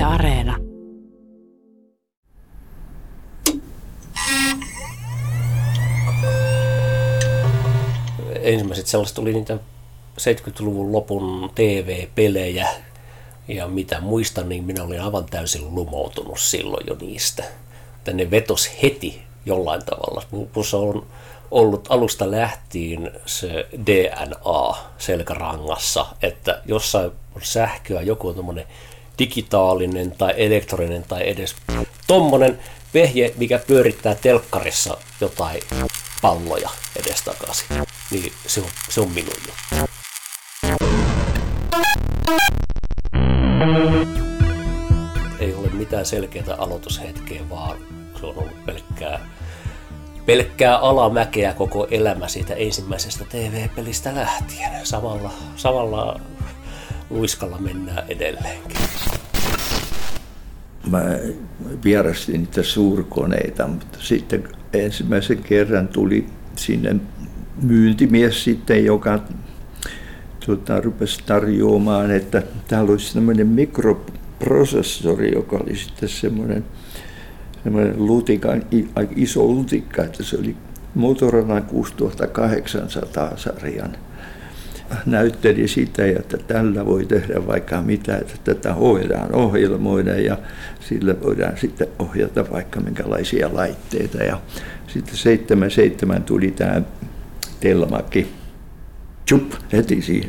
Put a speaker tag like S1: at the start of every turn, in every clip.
S1: Yle Areena.
S2: Ensimmäiset sellaiset oli niitä 70-luvun lopun TV-pelejä. Ja mitä muistan, niin minä olin aivan täysin lumoutunut silloin jo niistä. Että ne vetos heti jollain tavalla. Minussa on ollut alusta lähtien se DNA selkärangassa, että jossain on sähköä, joku on tommonen digitaalinen tai elektroninen tai edes tommonen vehje, mikä pyörittää telkkarissa jotain palloja edestakaisin. Niin se on minun juttu. Ei ole mitään selkeää aloitushetkeä, vaan se on ollut pelkkää alamäkeä koko elämä siitä ensimmäisestä TV-pelistä lähtien. Samalla luiskalla mennään edelleenkin.
S3: Mä vierastin niitä suurkoneita, mutta sitten ensimmäisen kerran tuli sinne myyntimies sitten, joka rupesi tarjoamaan, että täällä olisi tämmöinen mikroprosessori, joka oli sitten semmoinen aika iso lutikka, että se oli Motorola 6800-sarjan. Näytteli sitä, että tällä voi tehdä vaikka mitä, että tätä voidaan ohjelmoida ja sillä voidaan sitten ohjata vaikka minkälaisia laitteita. Ja sitten 77 tuli tämä Telmakki. Tjup, heti siihen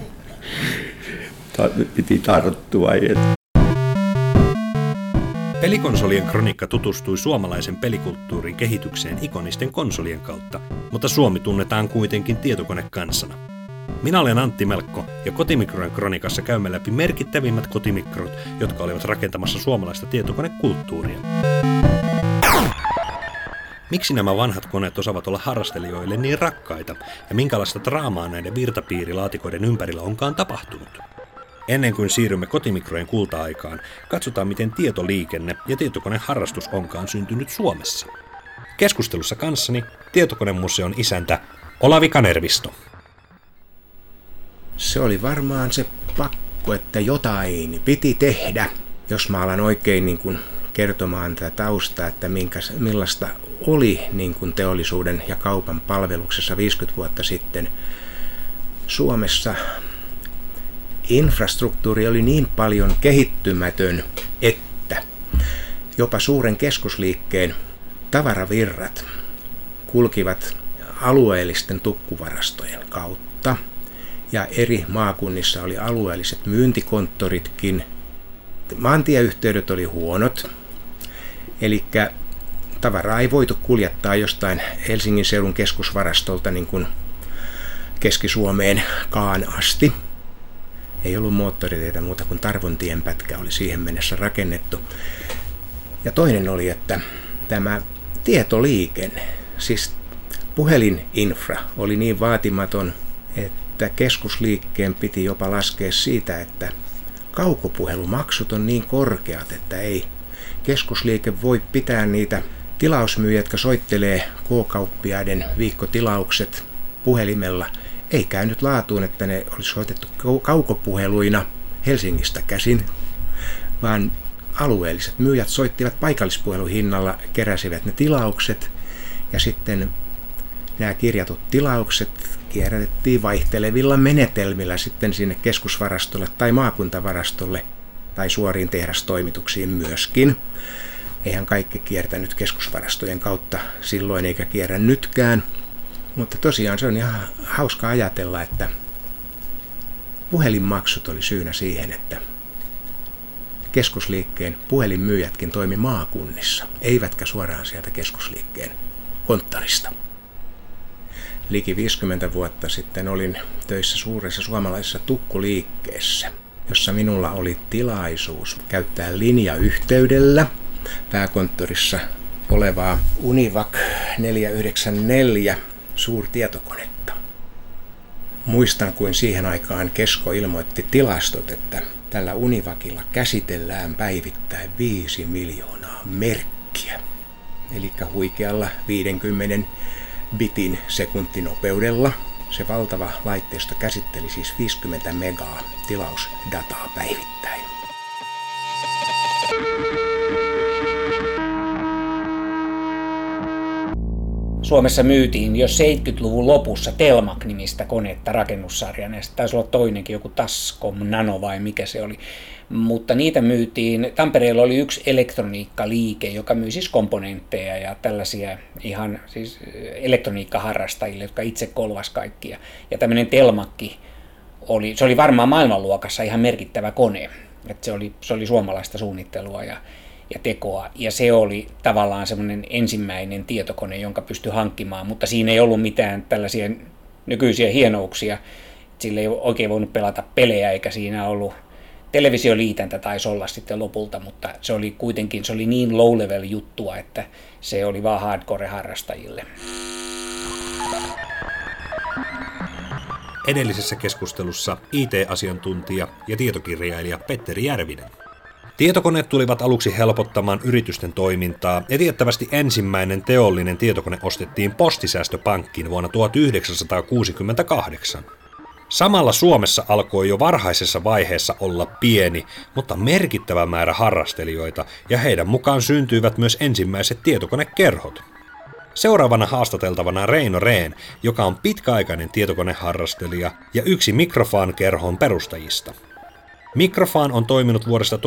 S3: piti tarttua.
S4: Pelikonsolien kronikka tutustui suomalaisen pelikulttuurin kehitykseen ikonisten konsolien kautta, mutta Suomi tunnetaan kuitenkin tietokonekansana. Minä olen Antti Melkko ja Kotimikrojen kronikassa käymme läpi merkittävimmät kotimikrot, jotka olivat rakentamassa suomalaista tietokonekulttuuria. Miksi nämä vanhat koneet osaavat olla harrastelijoille niin rakkaita ja minkälaista draamaa näiden virtapiirilaatikoiden ympärillä onkaan tapahtunut? Ennen kuin siirrymme Kotimikrojen kulta-aikaan, katsotaan miten tietoliikenne ja tietokoneharrastus onkaan syntynyt Suomessa. Keskustelussa kanssani Tietokonemuseon isäntä Olavi Kanervisto.
S5: Se oli varmaan se pakko, että jotain piti tehdä, jos mä alan oikein kertomaan tätä taustaa, että millaista oli teollisuuden ja kaupan palveluksessa 50 vuotta sitten Suomessa. Infrastruktuuri oli niin paljon kehittymätön, että jopa suuren keskusliikkeen tavaravirrat kulkivat alueellisten tukkuvarastojen kautta. Ja eri maakunnissa oli alueelliset myyntikonttoritkin. Maantieyhteydet oli huonot, eli tavaraa ei voitu kuljettaa jostain Helsingin seudun keskusvarastolta niin kuin Keski-Suomeenkaan asti. Ei ollut moottoriteitä muuta kuin Tarvontien pätkä oli siihen mennessä rakennettu. Ja toinen oli, että tämä tietoliikenne, siis puhelininfra, oli niin vaatimaton, että keskusliikkeen piti jopa laskea siitä, että kaukopuhelumaksut on niin korkeat, että ei keskusliike voi pitää niitä tilausmyyjiä, jotka soittelee K-kauppiaiden viikkotilaukset puhelimella. Ei käynyt laatuun, että ne olisi soitettu kaukopuheluina Helsingistä käsin, vaan alueelliset myyjät soittivat paikallispuheluhinnalla, keräsivät ne tilaukset ja sitten nämä kirjatut tilaukset kierrätettiin vaihtelevilla menetelmillä sitten sinne keskusvarastolle tai maakuntavarastolle tai suoriin tehdastoimituksiin myöskin. Eihän kaikki kiertänyt keskusvarastojen kautta silloin eikä kierrä nytkään. Mutta tosiaan se on ihan hauska ajatella, että puhelinmaksut oli syynä siihen, että keskusliikkeen puhelinmyyjätkin toimi maakunnissa, eivätkä suoraan sieltä keskusliikkeen konttorista. Liki 50 vuotta sitten olin töissä suuressa suomalaisessa tukkuliikkeessä, jossa minulla oli tilaisuus käyttää linjayhteydellä pääkonttorissa olevaa Univac 494 suurtietokonetta. Muistan, kuin siihen aikaan Kesko ilmoitti tilastot, että tällä Univacilla käsitellään päivittäin 5 miljoonaa merkkiä. Eli huikealla 50 bitin sekuntinopeudella. Se valtava laitteisto käsitteli siis 50 megaa tilausdataa päivittäin.
S1: Suomessa myytiin jo 70-luvun lopussa Telmak-nimistä konetta rakennussarjana, ja taisi olla toinenkin, joku Tascom Nano vai mikä se oli. Mutta niitä myytiin, Tampereella oli yksi elektroniikkaliike, joka myy siis komponentteja ja tällaisia ihan siis elektroniikkaharrastajille, jotka itse kolvas kaikkia. Ja tämmöinen Telmakki se oli varmaan maailmanluokassa ihan merkittävä kone, että se oli suomalaista suunnittelua ja tekoa, ja se oli tavallaan semmoinen ensimmäinen tietokone, jonka pystyi hankkimaan, mutta siinä ei ollut mitään tällaisia nykyisiä hienouksia, sillä ei oikein voinut pelata pelejä, eikä siinä ollut televisioliitäntä taisi olla sitten lopulta, mutta se oli kuitenkin niin low-level juttua, että se oli vaan hardcore-harrastajille.
S4: Edellisessä keskustelussa IT-asiantuntija ja tietokirjailija Petteri Järvinen. Tietokoneet tulivat aluksi helpottamaan yritysten toimintaa, ja tiettävästi ensimmäinen teollinen tietokone ostettiin Postisäästöpankkiin vuonna 1968. Samalla Suomessa alkoi jo varhaisessa vaiheessa olla pieni, mutta merkittävä määrä harrastelijoita, ja heidän mukaan syntyivät myös ensimmäiset tietokonekerhot. Seuraavana haastateltavana Reino Rehn, joka on pitkäaikainen tietokoneharrastelija ja yksi Microfan-kerhon perustajista. Microfan on toiminut vuodesta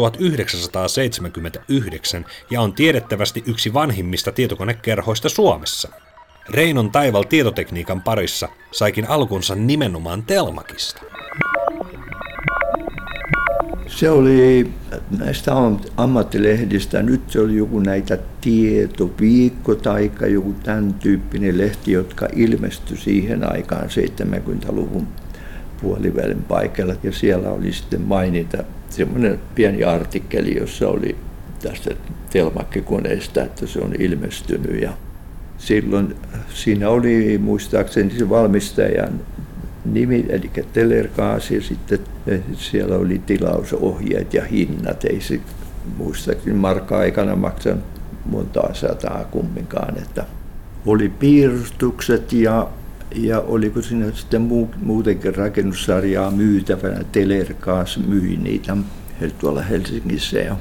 S4: 1979 ja on tiedettävästi yksi vanhimmista tietokonekerhoista Suomessa. Reinon taival tietotekniikan parissa saikin alkunsa nimenomaan Telmakista.
S3: Se oli näistä ammattilehdistä, nyt se oli joku näitä Tietoviikko tai joku tämän tyyppinen lehti, jotka ilmestyi siihen aikaan 70-luvun puolivälin paikalla. Ja siellä oli sitten mainita semmoinen pieni artikkeli, jossa oli tästä Telmakki-koneesta, että se on ilmestynyt. Ja silloin siinä oli muistaakseni se valmistajan nimi, eli Telerkaas, ja sitten siellä oli tilausohjeet ja hinnat. Ei se muistaakseni markka-aikana maksanut montaa sataa kumminkaan. Että oli piirustukset ja oliko siinä sitten muutenkin rakennussarjaa myytävänä. Telerkaas myi niitä tuolla Helsingissä. Ja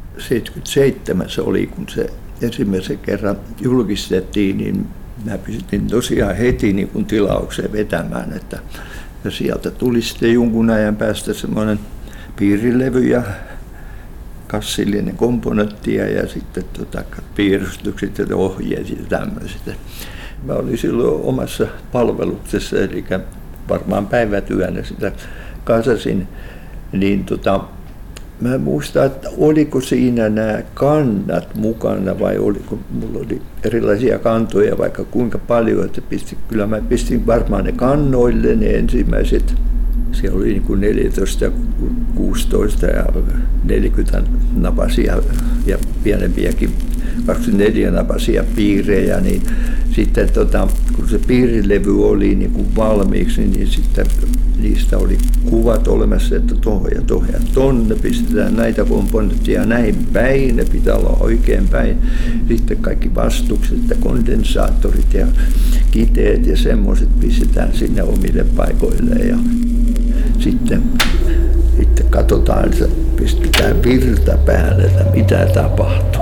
S3: 77 se oli, kun se ensimmäisen kerran julkistettiin, niin mä pystyin tosiaan heti niin kun tilaukseen vetämään, että ja sieltä tuli sitten jonkun ajan päästä semmoinen piirilevy ja kassillinen komponenttia ja sitten piirustukset ja ohjeet ja tämmöiset. Mä olin silloin omassa palveluksessa, eli varmaan päivätyönä sitä kasasin, niin mä en muista, että oliko siinä nämä kannat mukana vai oliko, mulla oli erilaisia kantoja vaikka kuinka paljon, että kyllä mä pistin varmaan ne kannoille ne ensimmäiset. Siellä oli niin kuin 14, 16 ja 40 napasia ja pienempiäkin 24 napasia piirejä, niin sitten kun se piirilevy oli niin kuin valmiiksi, niin sitten niistä oli kuvat olemassa, että tuohon ja tonne pistetään näitä komponentteja näin päin, ne pitää olla oikein päin. Sitten kaikki vastukset ja kondensaattorit ja kiteet ja semmoiset pistetään sinne omille paikoille ja sitten katsotaan, että pistetään virta päälle, että mitä tapahtuu.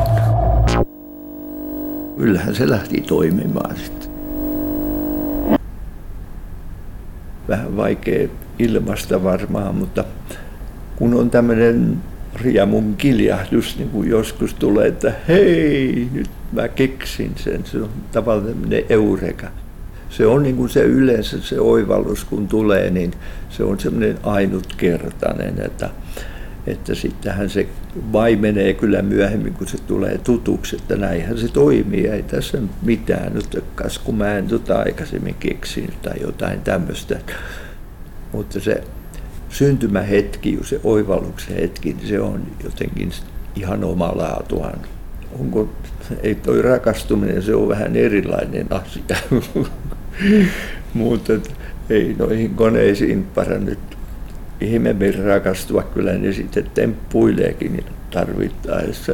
S3: Kyllähän se lähti toimimaan sitten. Vähän vaikea ilmasta varmaan, mutta kun on tämmöinen riemun kiljahdus, niin kuin joskus tulee, että hei, nyt mä keksin sen. Se on tavallaan tämmöinen eureka. Se on niin kuin se yleensä se oivallus, kun tulee, niin se on semmoinen ainutkertainen, että sittenhän se vaimenee kyllä myöhemmin, kun se tulee tutuksi, että näinhän se toimii, ei tässä mitään, kas kun mä en aikaisemmin keksin tai jotain tämmöistä. Mutta se syntymähetki, se oivalluksen hetki, niin se on jotenkin ihan oma laatuaan. Ei toi rakastuminen, se on vähän erilainen asia, mutta ei noihin koneisiin nyt ihmeemmin rakastua, kyllä ne sitten temppuileekin tarvittaessa.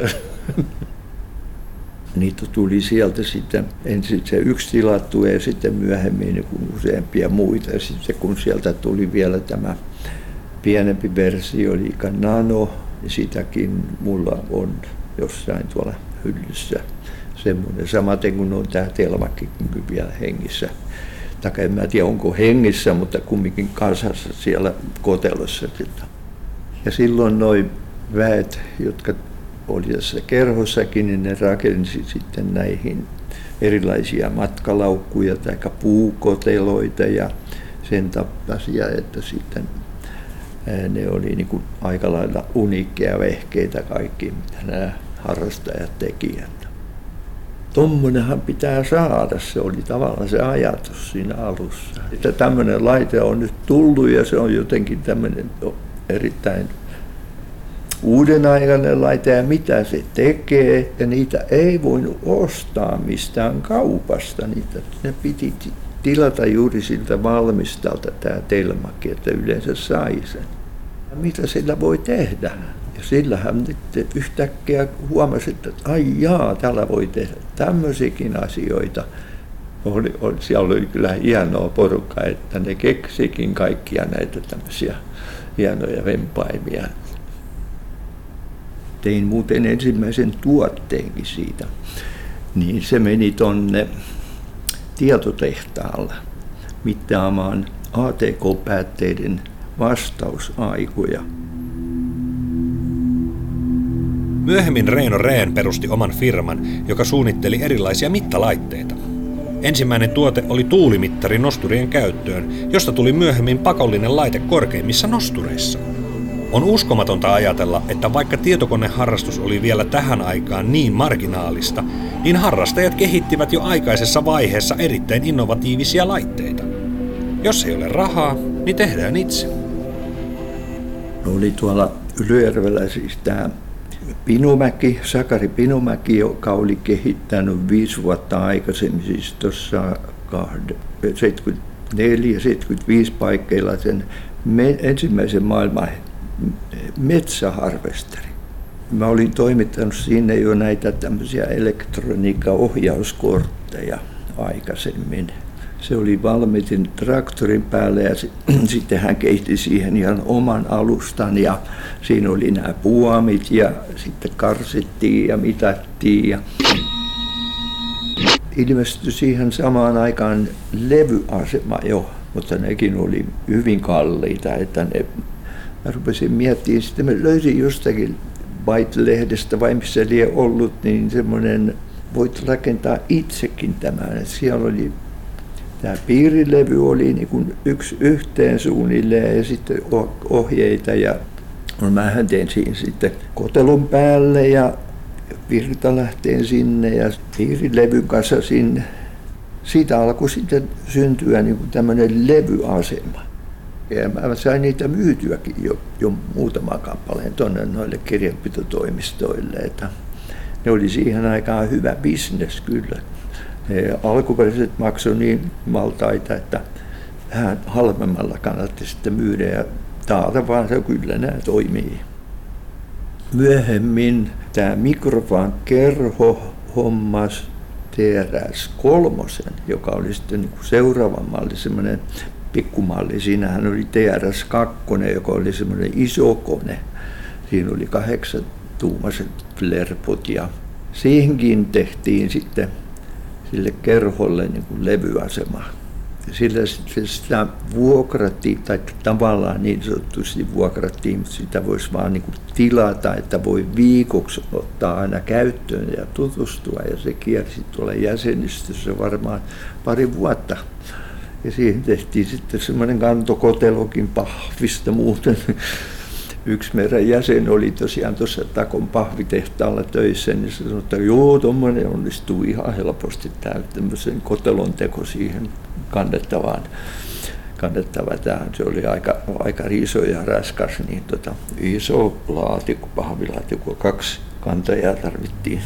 S3: Niitä tuli sieltä sitten ensin se yksi tilattu ja sitten myöhemmin niin useampia muita. Ja sitten kun sieltä tuli vielä tämä pienempi versio, eli Nano, ja sitäkin mulla on jossain tuolla hyllyssä semmoinen samaten kuin on tämä Telmakki vielä hengissä. En mä tiedä onko hengissä, mutta kumminkin kasassa siellä kotelossa. Ja silloin noi väet, jotka oli tässä kerhossakin, niin ne rakensi sitten näihin erilaisia matkalaukkuja tai puukoteloita ja sen tapaisia, että sitten ne oli niin kuin aika lailla uniikkeja vehkeitä kaikki, mitä nämä harrastajat tekivät. Tommonenhan pitää saada, se oli tavallaan se ajatus siinä alussa. Että tämmöinen laite on nyt tullut ja se on jotenkin tämmöinen erittäin uudenaikainen laite ja mitä se tekee. Ja niitä ei voinut ostaa mistään kaupasta, ne piti tilata juuri siltä valmistalta tämä Telmakki, että yleensä sai sen. Ja mitä sillä voi tehdä? Ja sillähän nyt yhtäkkiä huomasi, että ai jaa, täällä voi tehdä tämmöisiäkin asioita. Siellä oli kyllä hienoa porukka, että ne keksikin kaikkia näitä tämmöisiä hienoja vempaimia. Tein muuten ensimmäisen tuotteenkin siitä, niin se meni tonne tietotehtaalle mittaamaan ATK-päätteiden vastausaikoja.
S4: Myöhemmin Reino Rehn perusti oman firman, joka suunnitteli erilaisia mittalaitteita. Ensimmäinen tuote oli tuulimittari nosturien käyttöön, josta tuli myöhemmin pakollinen laite korkeimmissa nostureissa. On uskomatonta ajatella, että vaikka tietokoneharrastus oli vielä tähän aikaan niin marginaalista, niin harrastajat kehittivät jo aikaisessa vaiheessa erittäin innovatiivisia laitteita. Jos ei ole rahaa, niin tehdään itse.
S3: Oli tuolla Ylöjärvellä siis tämä Sakari Pinumäki, joka oli kehittänyt 5 vuotta aikaisemmin, siis tuossa 74-75 paikkeilla sen ensimmäisen maailman metsäharvesteri. Mä olin toimittanut sinne jo näitä tämmöisiä elektroniikka-ohjauskortteja aikaisemmin. Se oli valmiitin traktorin päälle ja sitten hän kehitti siihen ihan oman alustan ja siinä oli nämä puomit ja sitten karsittiin ja mitattiin. Ja ilmestyi siihen samaan aikaan levyasema jo, mutta nekin oli hyvin kalliita, että mä rupesin miettimään, sitten mä löysin jostakin Byte-lehdestä vai missä lie ollut, niin semmoinen, voit rakentaa itsekin tämän. Että siellä oli tämä piirilevy oli niin kuin yksi yhteen suunnilleen ja sitten ohjeita ja mähän tein siinä sitten kotelon päälle ja virtalähteen sinne ja piirilevyn kanssa sinne. Siitä alkoi sitten syntyä niin kuin tämmöinen levyasema. Ja mä sain niitä myytyäkin jo muutaman kappaleen tuonne noille kirjanpitotoimistoille, että ne oli siihen aikaan hyvä bisnes kyllä. Alkuperäiset maksoi niin maltaita, että vähän halvemmalla kannatti sitten myydä ja taata vaan se kyllä nämä toimii. Myöhemmin tämä Microfan kerho hommas TRS-3, joka oli sitten niin kuin seuraava malli, semmoinen pikkumalli. Siinähän oli TRS-2, joka oli semmoinen iso kone. Siinä oli 8-tuumaiset flerpot ja siihenkin tehtiin sitten sille kerholle niin kuin levyasema. Sillä sitä vuokrattiin, tai tavallaan niin sanotusti vuokrattiin, mutta sitä voisi vaan niin kuin tilata, että voi viikoksi ottaa aina käyttöön ja tutustua. Ja se kiersi tuolla jäsenistössä varmaan 2 vuotta. Ja siihen tehtiin sitten semmoinen kantokotelokin pahvista muuten. Yksi meidän jäsen oli tosiaan tuossa Takon pahvitehtaalla töissä, niin se sanoi, että joo, tuommoinen onnistuu ihan helposti tämmöisen kotelon teko siihen kannettavaan. Se oli aika iso ja raskas, niin iso laatikko, pahvilaatikko, 2 kantajaa tarvittiin.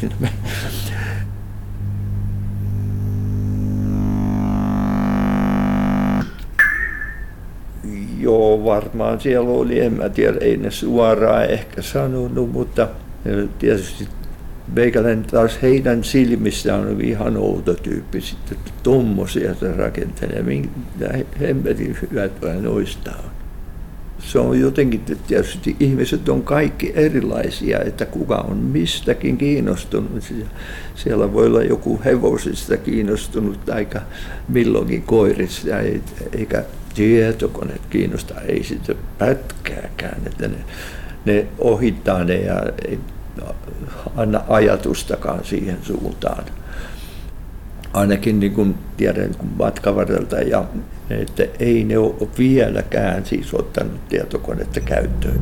S3: Joo, varmaan siellä oli, en mä tiedä, ei ne suoraan ehkä sanonut, mutta tietysti meikäläinen taas heidän silmissään on ihan outo tyyppi sitten, että tommosia se rakentelee, mitä hemmetin hyötyä noista on. se on jotenkin, tietysti ihmiset on kaikki erilaisia, että kuka on mistäkin kiinnostunut. Siellä voi olla joku hevosista kiinnostunut tai milloinkin koirista, eikä tietokoneet kiinnosta, ei sitä pätkääkään, että ne ohittaa ne ja ei anna ajatustakaan siihen suuntaan. Ainakin niin kuin tiedän matkavarrelta, ja että ei ne ole vieläkään siis ottanut tietokonetta käyttöön.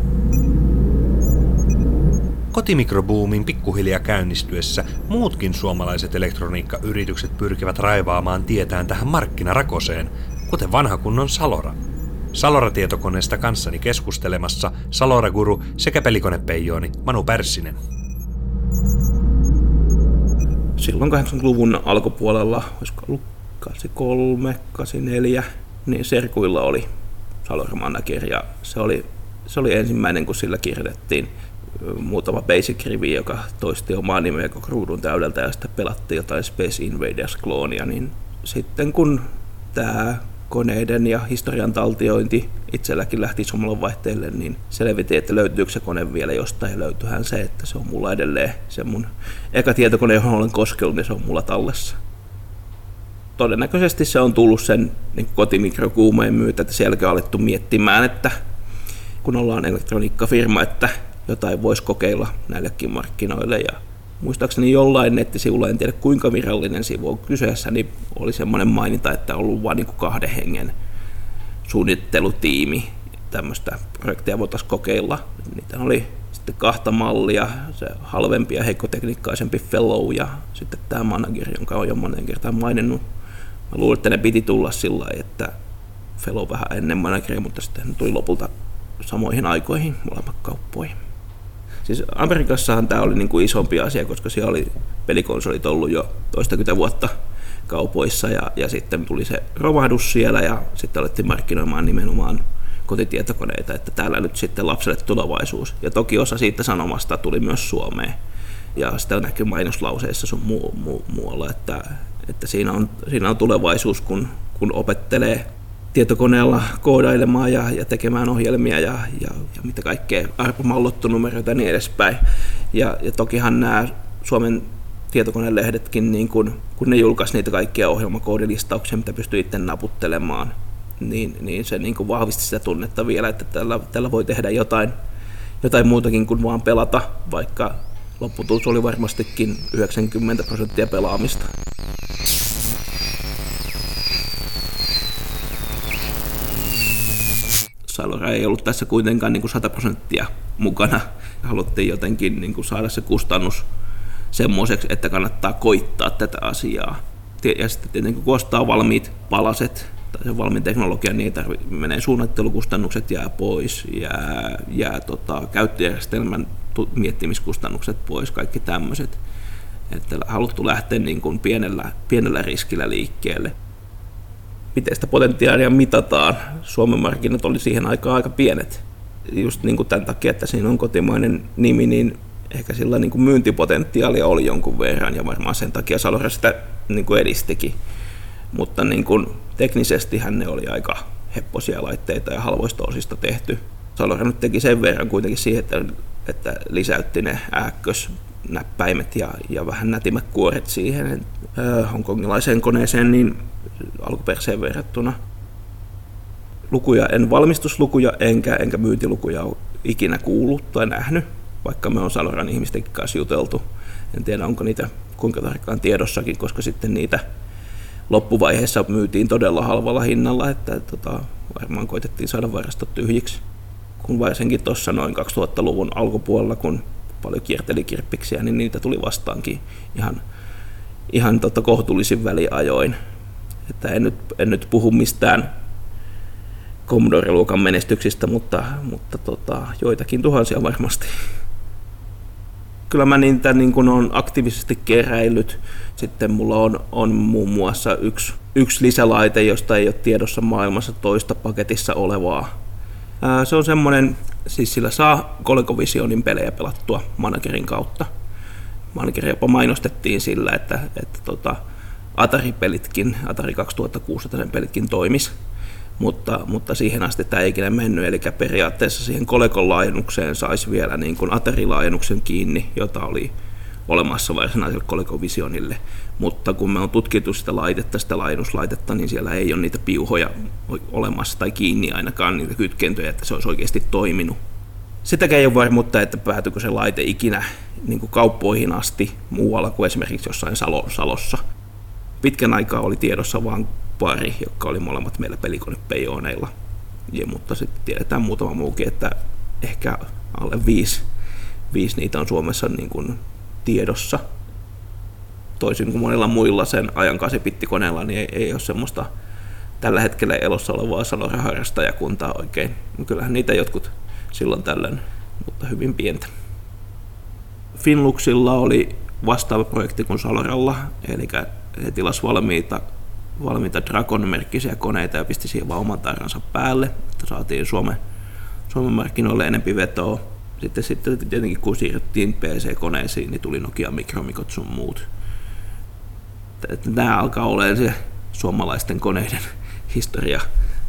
S4: Kotimikrobuumin pikkuhiljaa käynnistyessä muutkin suomalaiset elektroniikkayritykset pyrkivät raivaamaan tietään tähän markkinarakoseen, kuten vanha kunnon Salora. Salora-tietokoneesta kanssani keskustelemassa Salora-guru sekä pelikonepeijooni Manu Pärssinen.
S6: Silloin 80-luvun alkupuolella, olisiko ollut 83, 84, niin serkuilla oli Salora Manager, ja se oli ensimmäinen, kun sillä kirjoitettiin muutama basic rivi, joka toisti omaa nimeä koko ruudun täydeltä, ja sitten pelattiin jotain Space Invaders-kloonia, niin sitten kun tämä koneiden ja historian taltiointi itselläkin lähti sommalon vaihteelle, niin selvittiin, että löytyykö se kone vielä jostain, ja löytyyhän se, että se on mulla edelleen se mun eka tietokone, johon olen koskellut, niin se on mulla tallessa. Todennäköisesti se on tullut sen niin kotimikrokuumeen myötä, että sielläkin on alettu miettimään, että kun ollaan elektroniikkafirma, että jotain voisi kokeilla näillekin markkinoille. Ja muistaakseni jollain nettisivulla, en tiedä kuinka virallinen sivu on kyseessä, niin oli semmoinen maininta, että on ollut vain niin 2 hengen suunnittelutiimi. Tämmöistä projekteja voitaisiin kokeilla. Niitä oli sitten 2 mallia, se halvempi ja heikkotekniikkaisempi Fellow ja sitten tämä Manager, jonka olen jo monen kertaan maininnut. Mä luulen, että ne piti tulla sillä lailla, että Fellow vähän ennen Manageria, mutta sitten ne tuli lopulta samoihin aikoihin molemmat kauppoihin. Siis Amerikassahan tämä oli niin kuin isompi asia, koska siellä oli pelikonsolit ollut jo toistakymmentä vuotta kaupoissa ja sitten tuli se romahdus siellä ja sitten alettiin markkinoimaan nimenomaan kotitietokoneita, että täällä nyt sitten lapselle tulevaisuus. Ja toki osa siitä sanomasta tuli myös Suomeen ja sitä näkyy mainoslauseissa sun muualla, että siinä on tulevaisuus, kun opettelee tietokoneella koodailemaan ja tekemään ohjelmia ja mitä kaikkea, arpomallottonumeroita ja niin edespäin. Ja tokihan nämä Suomen tietokonelehdetkin, niin kun ne julkaisi niitä kaikkia ohjelmakoodilistauksia, mitä pystyy itse naputtelemaan, niin se niin kuin vahvisti sitä tunnetta vielä, että tällä voi tehdä jotain muutakin kuin vaan pelata, vaikka lopputulos oli varmastikin 90% pelaamista. Salora ei ollut tässä kuitenkaan niin kuin 100% mukana. Haluttiin jotenkin niin kuin saada se kustannus semmoiseksi, että kannattaa koittaa tätä asiaa. Ja sitten tietenkin kun ostaa valmiit palaset tai sen valmiin teknologian, niin menee suunnittelukustannukset jää pois, jää käyttöjärjestelmän miettimiskustannukset pois, kaikki tämmöiset. Että haluttu lähteä niin kuin pienellä riskillä liikkeelle. Miten sitä potentiaalia mitataan? Suomen markkinat oli siihen aikaan aika pienet. Just niin kuin tämän takia, että siinä on kotimainen nimi, niin ehkä sillä niin kuin myyntipotentiaalia oli jonkun verran ja varmaan sen takia Salora sitä niin kuin edistikin. Mutta niin kuin teknisestihän ne oli aika hepposia laitteita ja halvoista osista tehty. Salora nyt teki sen verran kuitenkin siihen, että lisäytti ne ääkkösnäppäimet ja vähän nätimät kuoret siihen hongkongilaiseen koneeseen niin alkuperäiseen verrattuna. En valmistuslukuja enkä myyntilukuja ole ikinä kuullut tai nähnyt, vaikka me on Saloran ihmistenkin kanssa juteltu. En tiedä, onko niitä kuinka tarkkaan tiedossakin, koska sitten niitä loppuvaiheessa myytiin todella halvalla hinnalla, että varmaan koitettiin saada varastot tyhjiksi. Kun varsinkin tuossa noin 2000-luvun alkupuolella, kun paljon kierteli kirppiksiä, niin niitä tuli vastaankin ihan kohtuullisin väliajoin. Että en nyt puhu mistään Commodore-luokan menestyksistä, mutta joitakin tuhansia varmasti. Kyllä mä niitä niin kun olen aktiivisesti keräillyt. Sitten mulla on muun muassa yksi lisälaite, josta ei ole tiedossa maailmassa toista paketissa olevaa. Se on semmoinen, siis sillä saa ColecoVisionin pelejä pelattua Managerin kautta. Manageria jopa mainostettiin sillä, että Atari-pelitkin, Atari 2600 pelitkin toimis, mutta siihen asti tämä ei ikinä mennyt, eli periaatteessa siihen Colecon laajennukseen saisi vielä niin kuin Atari-laajennuksen kiinni, jota oli olemassa varsinaiselle ColecoVisionille, mutta kun me on tutkittu sitä laajennuslaitetta, niin siellä ei ole niitä piuhoja olemassa tai kiinni ainakaan niitä kytkentöjä, että se olisi oikeasti toiminut. Sitäkään ei ole varmuutta, että päätyykö se laite ikinä niin kuin kauppoihin asti muualla kuin esimerkiksi jossain Salossa. Pitkän aikaa oli tiedossa vain pari, jotka oli molemmat meillä pelikonepeijoneilla. Mutta sitten tiedetään muutama muukin, että ehkä alle 5 niitä on Suomessa niin kuin tiedossa. Toisin kuin monilla muilla sen ajan 8-bittikoneilla, niin ei ole semmoista tällä hetkellä elossa olevaa Salora-harrastajakuntaa oikein. Kyllähän niitä jotkut silloin tällöin, mutta hyvin pientä. Finluxilla oli vastaava projekti kuin Saloralla, eli he tilasi valmiita Dragon-merkkisiä koneita ja pisti siihen vaan oman tarjansa päälle, että saatiin Suomen markkinoille enempi vetoa. Sitten tietenkin kun siirryttiin PC-koneisiin, niin tuli Nokia Micromicot sun muut. Tämä alkaa olemaan se suomalaisten koneiden historia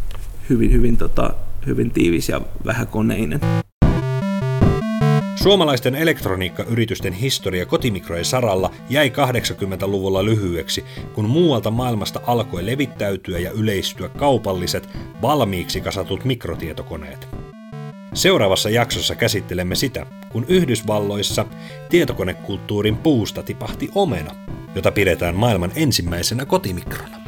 S6: hyvin tiivis ja vähäkoneinen.
S4: Suomalaisten elektroniikkayritysten historia kotimikrojen saralla jäi 80-luvulla lyhyeksi, kun muualta maailmasta alkoi levittäytyä ja yleistyä kaupalliset, valmiiksi kasatut mikrotietokoneet. Seuraavassa jaksossa käsittelemme sitä, kun Yhdysvalloissa tietokonekulttuurin puusta tipahti omena, jota pidetään maailman ensimmäisenä kotimikrona.